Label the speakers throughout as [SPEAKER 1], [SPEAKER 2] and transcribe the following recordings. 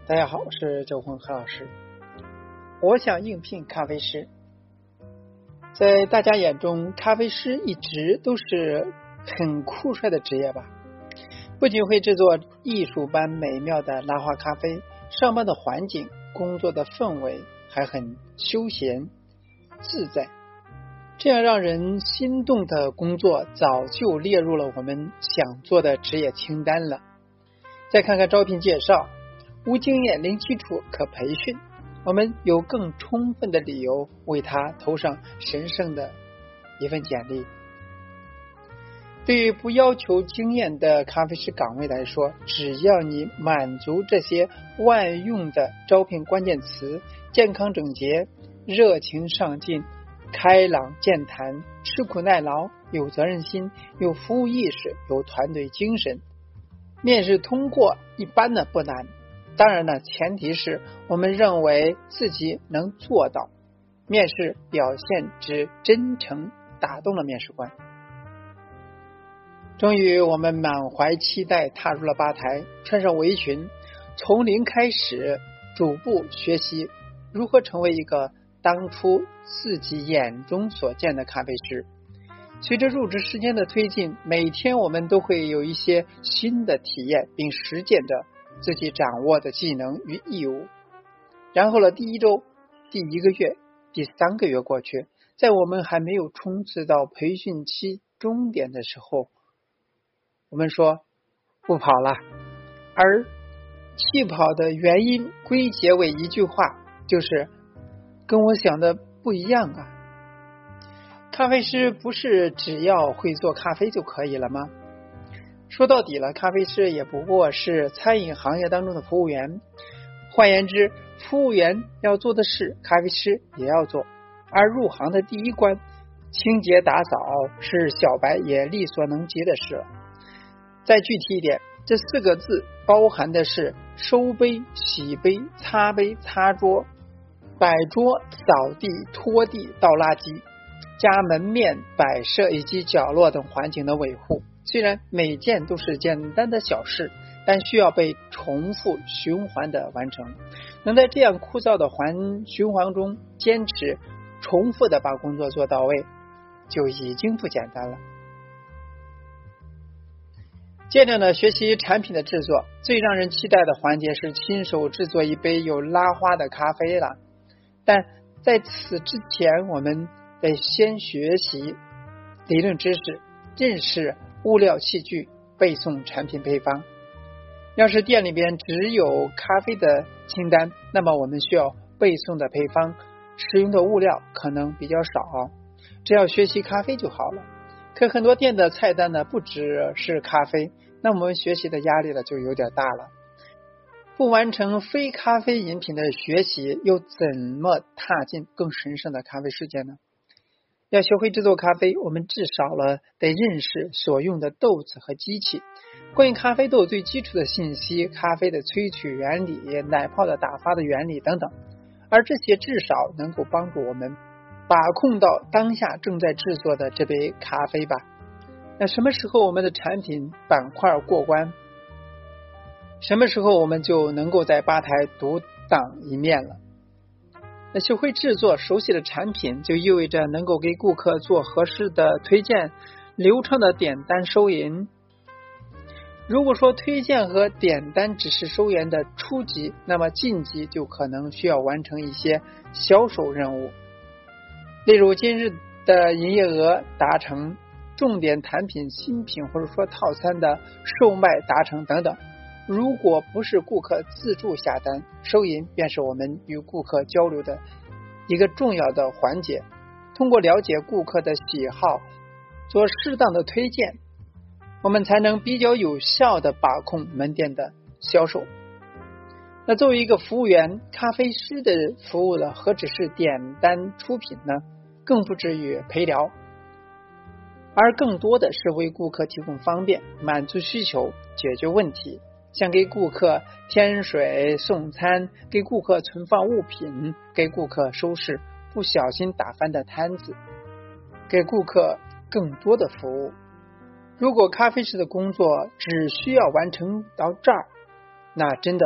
[SPEAKER 1] 大家好，我是周红何老师。我想应聘咖啡师。在大家眼中，咖啡师一直都是很酷帅的职业吧？不仅会制作艺术般美妙的拉花咖啡，上班的环境、工作的氛围还很休闲自在。这样让人心动的工作早就列入了我们想做的职业清单了。再看看招聘介绍，无经验零基础可培训，我们有更充分的理由为他投上神圣的一份简历。对于不要求经验的咖啡师岗位来说，只要你满足这些万用的招聘关键词：健康整洁、热情上进、开朗健谈、吃苦耐劳、有责任心、有服务意识、有团队精神。面试通过一般的不难，当然呢，前提是我们认为自己能做到。面试表现之真诚打动了面试官。终于我们满怀期待踏入了吧台，穿上围裙，从零开始逐步学习如何成为一个当初自己眼中所见的咖啡师。随着入职时间的推进，每天我们都会有一些新的体验，并实践着自己掌握的技能与义务。然后第一周、第一个月、第3个月过去，在我们还没有冲刺到培训期终点的时候，我们说不跑了，而弃跑的原因归结为一句话，就是跟我想的不一样啊。咖啡师不是只要会做咖啡就可以了吗？说到底了，咖啡师也不过是餐饮行业当中的服务员。换言之，服务员要做的事，咖啡师也要做。而入行的第一关，清洁打扫是小白也力所能及的事了。再具体一点，这4个字包含的是收杯、洗杯、擦杯、擦桌、摆桌、扫地、拖地、倒垃圾，加门面摆设以及角落等环境的维护。虽然每件都是简单的小事，但需要被重复循环的完成。能在这样枯燥的循环中坚持重复的把工作做到位，就已经不简单了。接着呢，学习产品的制作，最让人期待的环节是亲手制作一杯有拉花的咖啡了。但在此之前，我们得先学习理论知识，认识物料器具，背诵产品配方。要是店里边只有咖啡的清单，那么我们需要背诵的配方，使用的物料可能比较少，只要学习咖啡就好了。可很多店的菜单呢，不只是咖啡，那我们学习的压力呢就有点大了。不完成非咖啡饮品的学习，又怎么踏进更神圣的咖啡世界呢？要学会制作咖啡，我们至少得认识所用的豆子和机器，关于咖啡豆最基础的信息，咖啡的萃取原理，奶泡的打发的原理等等，而这些至少能够帮助我们把控到当下正在制作的这杯咖啡吧。那什么时候我们的产品板块过关，什么时候我们就能够在吧台独当一面了。那学会制作熟悉的产品，就意味着能够给顾客做合适的推荐，流畅的点单收银。如果说推荐和点单只是收银的初级，那么晋级就可能需要完成一些销售任务，例如今日的营业额达成，重点产品新品或者说套餐的售卖达成等等。如果不是顾客自助下单，收银便是我们与顾客交流的一个重要的环节。通过了解顾客的喜好，做适当的推荐，我们才能比较有效的把控门店的销售。那作为一个服务员，咖啡师的服务呢，何止是点单出品呢？更不至于陪聊，而更多的是为顾客提供方便，满足需求，解决问题。像给顾客添水送餐，给顾客存放物品，给顾客收拾不小心打翻的摊子，给顾客更多的服务。如果咖啡师的工作只需要完成到这儿，那真的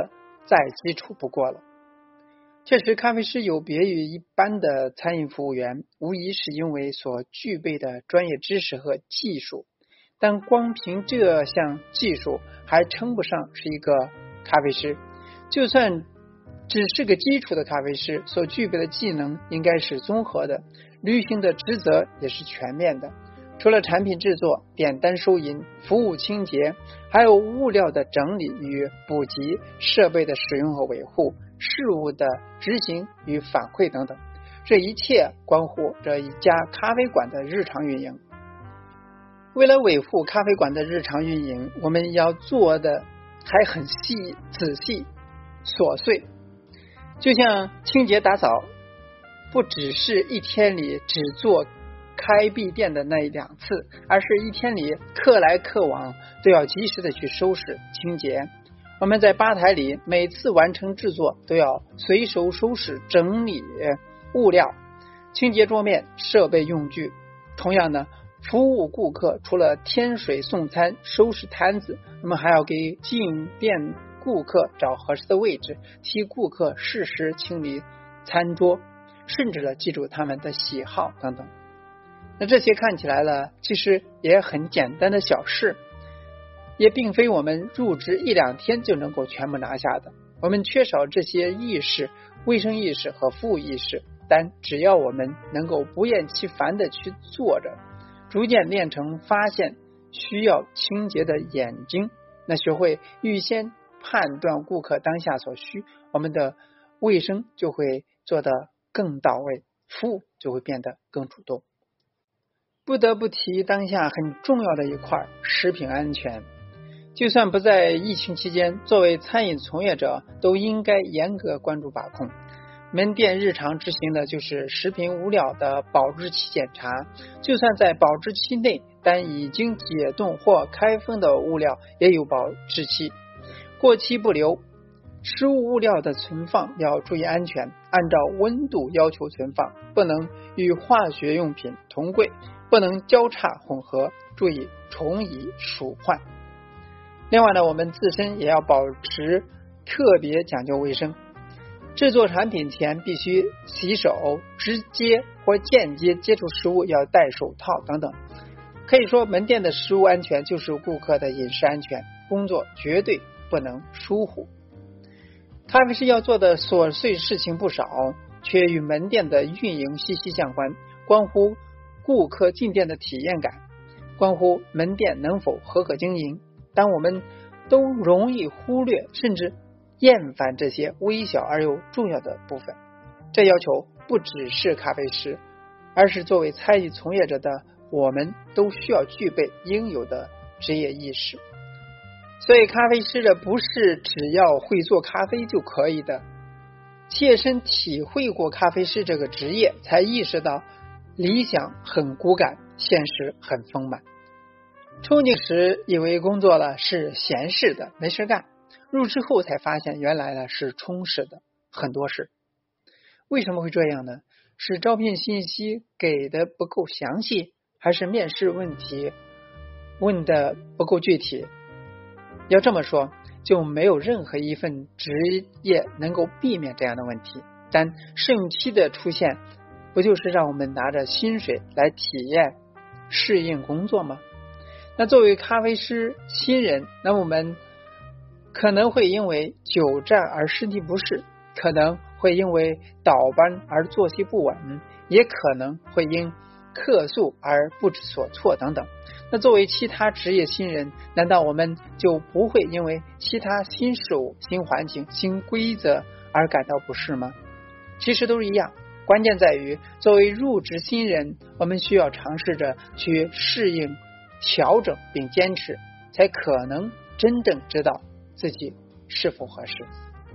[SPEAKER 1] 再基础不过了。确实，咖啡师有别于一般的餐饮服务员，无疑是因为所具备的专业知识和技术，但光凭这项技术还称不上是一个咖啡师。就算只是个基础的咖啡师，所具备的技能应该是综合的，履行的职责也是全面的。除了产品制作、点单收银、服务清洁，还有物料的整理与补给、设备的使用和维护、事务的执行与反馈等等，这一切关乎着一家咖啡馆的日常运营。为了维护咖啡馆的日常运营，我们要做的还很细、仔细、琐碎。就像清洁打扫，不只是一天里只做开闭店的那2次，而是一天里客来客往都要及时的去收拾清洁。我们在吧台里每次完成制作都要随手收拾整理物料，清洁桌面、设备用具。同样呢，服务顾客除了添水送餐、收拾摊子，我们还要给进店顾客找合适的位置，替顾客适时清理餐桌，甚至呢记住他们的喜好等等。那这些看起来呢，其实也很简单的小事，也并非我们入职1-2天就能够全部拿下的。我们缺少这些意识、卫生意识和服务意识，但只要我们能够不厌其烦的去做着，逐渐练成发现需要清洁的眼睛，那学会预先判断顾客当下所需，我们的卫生就会做得更到位，服务就会变得更主动。不得不提当下很重要的一块，食品安全。就算不在疫情期间，作为餐饮从业者都应该严格关注把控。门店日常执行的就是食品物料的保质期检查，就算在保质期内，但已经解冻或开封的物料也有保质期，过期不留。食物物料的存放要注意安全，按照温度要求存放，不能与化学用品同柜，不能交叉混合，注意重移鼠患。另外呢，我们自身也要保持特别讲究卫生，制作产品前必须洗手，直接或间接接触食物要戴手套等等。可以说，门店的食物安全就是顾客的饮食安全，工作绝对不能疏忽。咖啡师要做的琐碎事情不少，却与门店的运营息息相关，关乎顾客进店的体验感，关乎门店能否合格经营。但我们都容易忽略甚至厌烦这些微小而又重要的部分，这要求不只是咖啡师，而是作为餐饮从业者的我们都需要具备应有的职业意识。所以咖啡师的不是只要会做咖啡就可以的，切身体会过咖啡师这个职业，才意识到理想很骨感，现实很丰满。憧憬时以为工作了是闲适的，没事干，入职后才发现原来呢是充实的，很多事。为什么会这样呢？是招聘信息给的不够详细，还是面试问题问的不够具体？要这么说，就没有任何一份职业能够避免这样的问题。但试用期的出现，不就是让我们拿着薪水来体验适应工作吗？那作为咖啡师新人，那我们可能会因为久站而身体不适，可能会因为倒班而作息不稳，也可能会因客诉而不知所措等等。那作为其他职业新人，难道我们就不会因为其他新事物、新环境、新规则而感到不适吗？其实都是一样，关键在于作为入职新人，我们需要尝试着去适应、调整并坚持，才可能真正知道自己是否合适。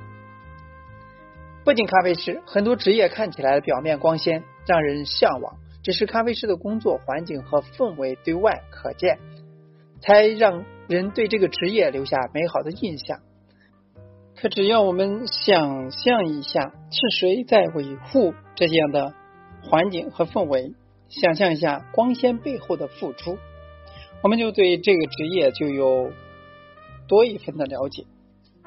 [SPEAKER 1] 不仅咖啡师，很多职业看起来表面光鲜，让人向往，只是咖啡师的工作环境和氛围对外可见，才让人对这个职业留下美好的印象。可只要我们想象一下是谁在维护这样的环境和氛围，想象一下光鲜背后的付出，我们就对这个职业就有多一分的了解。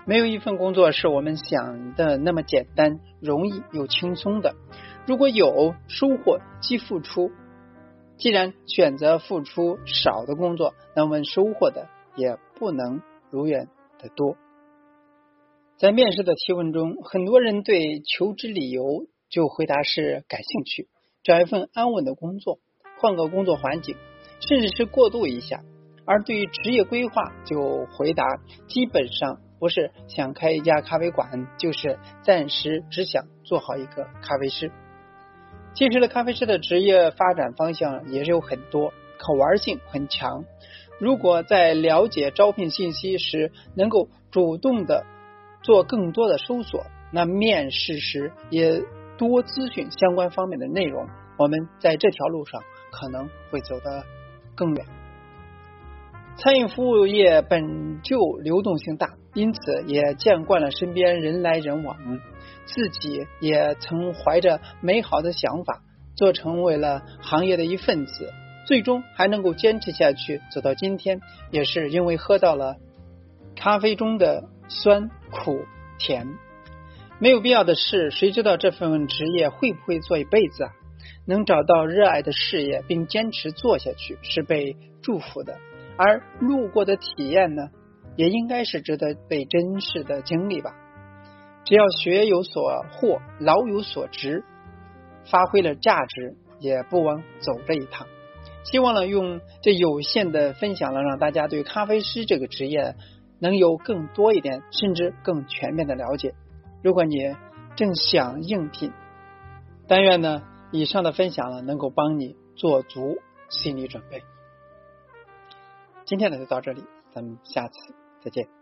[SPEAKER 1] 没有一份工作是我们想的那么简单、容易又轻松的。如果有收获即付出，既然选择付出少的工作，那我们收获的也不能如愿的多。在面试的提问中，很多人对求职理由就回答是感兴趣，找一份安稳的工作，换个工作环境，甚至是过渡一下。而对于职业规划就回答基本上不是想开一家咖啡馆，就是暂时只想做好一个咖啡师。其实的咖啡师的职业发展方向也是有很多，可玩性很强。如果在了解招聘信息时能够主动的做更多的搜索，那面试时也多咨询相关方面的内容，我们在这条路上可能会走得更远。餐饮服务业本就流动性大，因此也见惯了身边人来人往，自己也曾怀着美好的想法做成为了行业的一份子，最终还能够坚持下去走到今天，也是因为喝到了咖啡中的酸苦甜。没有必要的事，谁知道这份职业会不会做一辈子啊？能找到热爱的事业并坚持做下去是被祝福的，而路过的体验呢，也应该是值得被珍视的经历吧。只要学有所获，老有所值，发挥了价值，也不枉走这一趟。希望呢，用这有限的分享了，让大家对咖啡师这个职业能有更多一点，甚至更全面的了解。如果你正想应聘，但愿呢，以上的分享呢，能够帮你做足心理准备。今天呢就到这里，咱们下次再见。